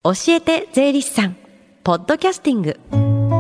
教えて税理士さんポッドキャスティング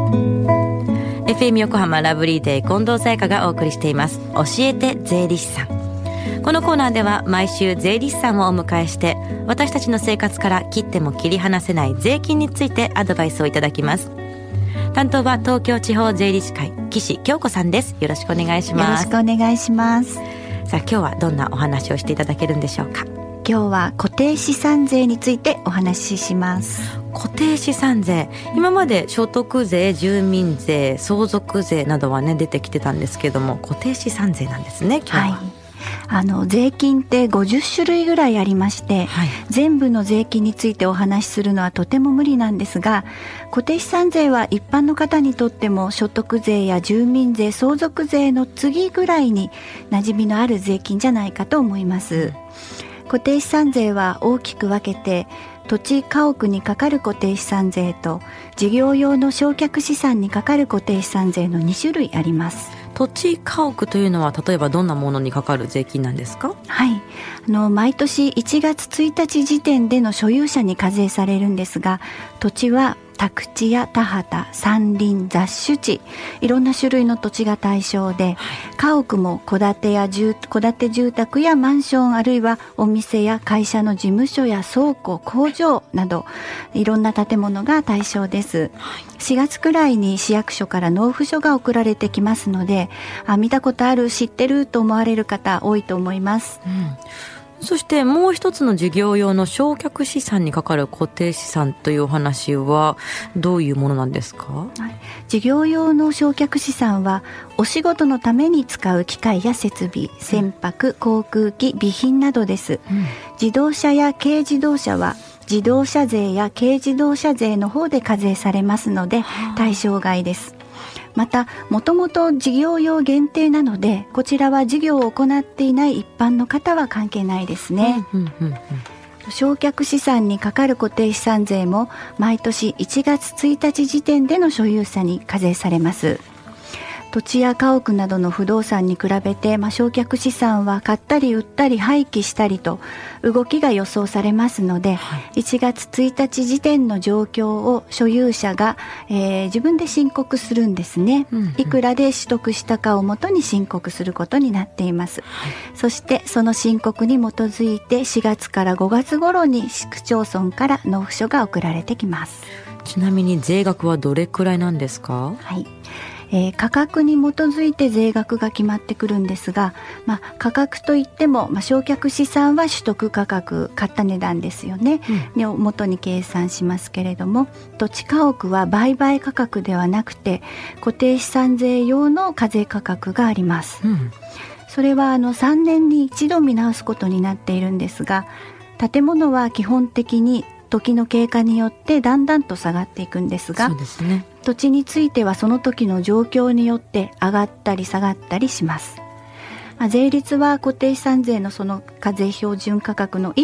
FM 横浜ラブリーデー近藤沙耶香がお送りしています教えて税理士さん。このコーナーでは毎週税理士さんをお迎えして私たちの生活から切っても切り離せない税金についてアドバイスをいただきます。担当は東京地方税理士会岸京子さんです。よろしくお願いします。 よろしくお願いします。 さあ今日はどんなお話をしていただけるんでしょうか。 今日は固定資産税についてお話しします。 固定資産税、今まで所得税、住民税、相続税などはね出てきてたんですけども、固定資産税なんですね今日は。 税金って50種類ぐらいありまして、全部の税金についてお話しするのはとても無理なんですが、固定資産税は一般の方にとっても所得税や住民税、相続税の次ぐらいに馴染みのある税金じゃないかと思います。固定資産税は大きく分けて、土地家屋にかかる固定資産税と事業用の償却資産にかかる固定資産税の2種類あります。 土地家屋というのは例えばどんなものにかかる税金なんですか。 はい、毎年1月1日時点での所有者に課税されるんですが、土地は宅地や田畑、山林、雑種地、いろんな種類の土地が対象で、家屋も戸建て住宅やマンション、あるいはお店や会社の事務所や倉庫、工場などいろんな建物が対象です。4月くらいに市役所から納付書が送られてきますので、見たことある、知ってると思われる方多いと思います。 そしてもう一つの事業用の償却資産にかかる固定資産というお話はどういうものなんですか。 事業用の償却資産はお仕事のために使う機械や設備、船舶、航空機、備品などです。自動車や軽自動車は自動車税や軽自動車税の方で課税されますので対象外です。また、もともと事業用限定なので、こちらは事業を行っていない一般の方は関係ないですね。償却資産にかかる固定資産税も毎年1月1日時点での所有者に課税されます。土地や家屋などの不動産に比べて、償却資産は買ったり売ったり廃棄したりと動きが予想されますので、1月1日時点の状況を所有者が、自分で申告するんですね。いくらで取得したかをもとに申告することになっています。そしてその申告に基づいて4月から5月頃に市区町村から納付書が送られてきます。 ちなみに税額はどれくらいなんですか。 価格に基づいて税額が決まってくるんですが、価格といっても、償却資産は取得価格、買った値段ですよね、を元に計算しますけれども、土地家屋は売買価格ではなくて固定資産税用の課税価格があります。それは3年に一度見直すことになっているんですが、建物は基本的に時の経過によってだんだんと下がっていくんですが、土地についてはその時の状況によって上がったり下がったりします。税率は固定資産税のその課税標準価格の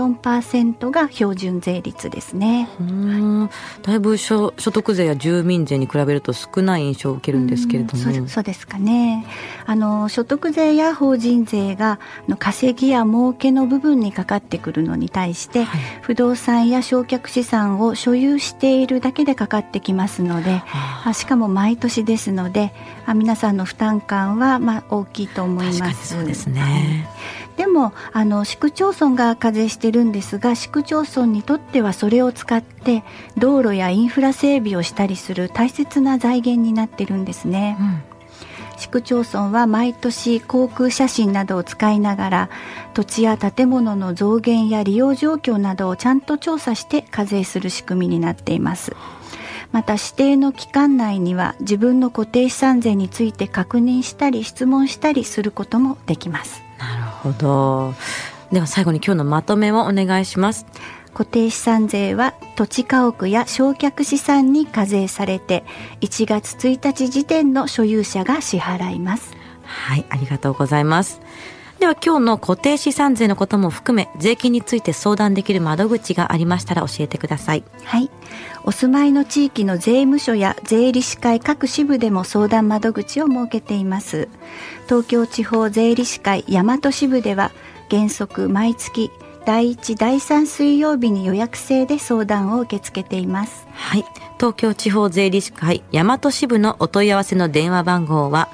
1.4% が標準税率ですね。 だいぶ所得税や住民税に比べると少ない印象を受けるんですけれども。 そうですかね。所得税や法人税が稼ぎや儲けの部分にかかってくるのに対して、不動産や償却資産を所有しているだけでかかってきますので、しかも毎年ですので、皆さんの負担感は大きいと思います。 確かにそうですね。 でも市区町村が課税してるんですが、市区町村にとってはそれを使って道路やインフラ整備をしたりする大切な財源になってるんですね。市区町村は毎年航空写真などを使いながら土地や建物の増減や利用状況などをちゃんと調査して課税する仕組みになっています。また指定の期間内には自分の固定資産税について確認したり質問したりすることもできます。 なるほど。では最後に今日のまとめをお願いします。 固定資産税は土地家屋や償却資産に課税されて1月1日時点の所有者が支払います。 はい、ありがとうございます。では今日の固定資産税のことも含め税金について相談できる窓口がありましたら教えてください。 はい、お住まいの地域の税務署や税理士会各支部でも相談窓口を設けています。東京地方税理士会大和支部では原則毎月第1、第3水曜日に予約制で相談を受け付けています。 はい。東京地方税理士会大和支部のお問い合わせの電話番号は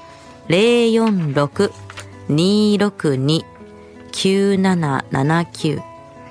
046-262-9779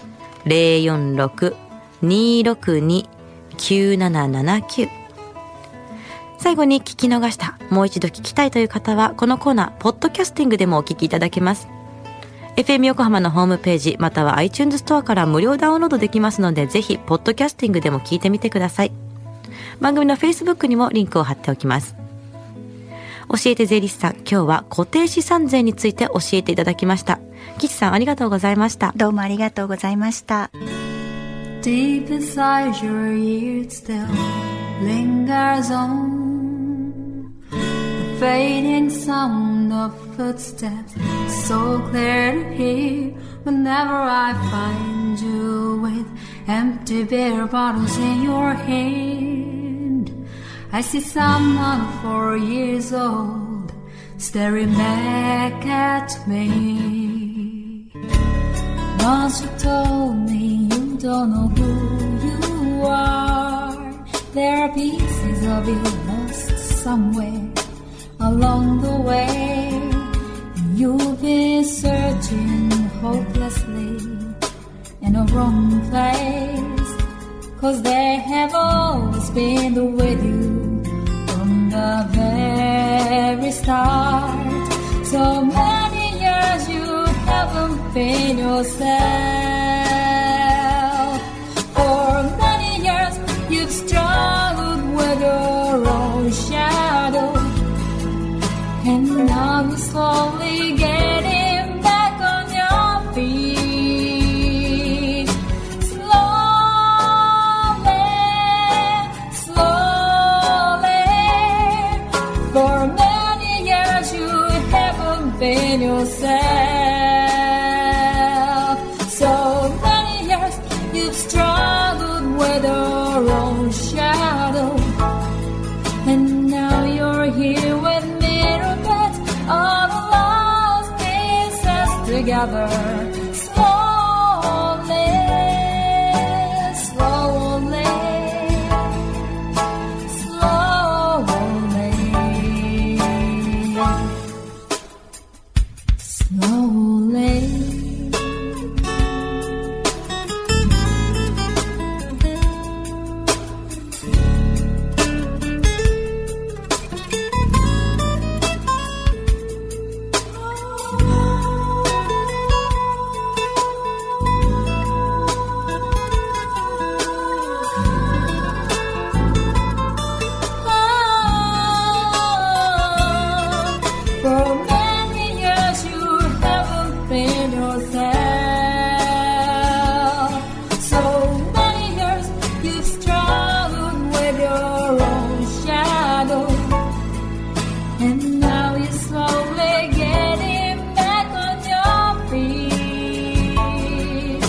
046-262-9779。最後に聞き逃した、もう一度聞きたいという方は、このコーナーポッドキャスティングでもお聞きいただけます。 FM 横浜のホームページまたは iTunes ストアから無料ダウンロードできますので、ぜひポッドキャスティングでも聞いてみてください。番組の Facebook にもリンクを貼っておきます。教えて税理士さん、今日は固定資産税について教えていただきました。岸さん、ありがとうございました。 どうもありがとうございました。 Deep inside your ears still lingers on the fading sound of footsteps, so clear to hear whenever I find you with empty beer bottles in your hand. I see someone 4 years old staring back at me. Once you told me you don't know who you are. There are pieces of you lost somewhere along the way. You've been searching hopelessly in a wrong place, 'cause they have always been with you from the very start. So many years you haven't been yourself. For many years you've struggled with your own shadow, and now you're slowly getting back on your feet. Slowly, slowly. For many years you haven't been yourself. So many years you've struggled with your own shadow, and now you're here with me to put all the lost pieces together. Slowly, slowly, slowly, slowly. For many years you haven't been yourself. So many years you've struggled with your own shadow, and now you're slowly getting back on your feet.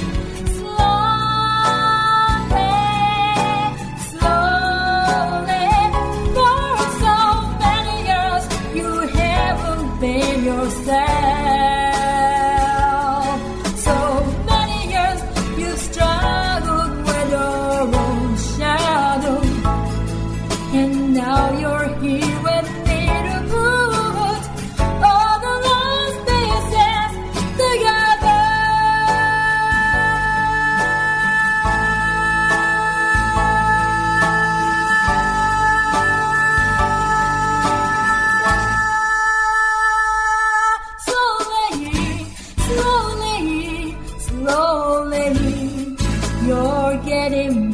Slowly, slowly. For so many years you haven't been yourself. So many years you've struggled with your own shadow, and now you're here with me to put all the lost pieces together. Slowly, slowly, slowly, you're getting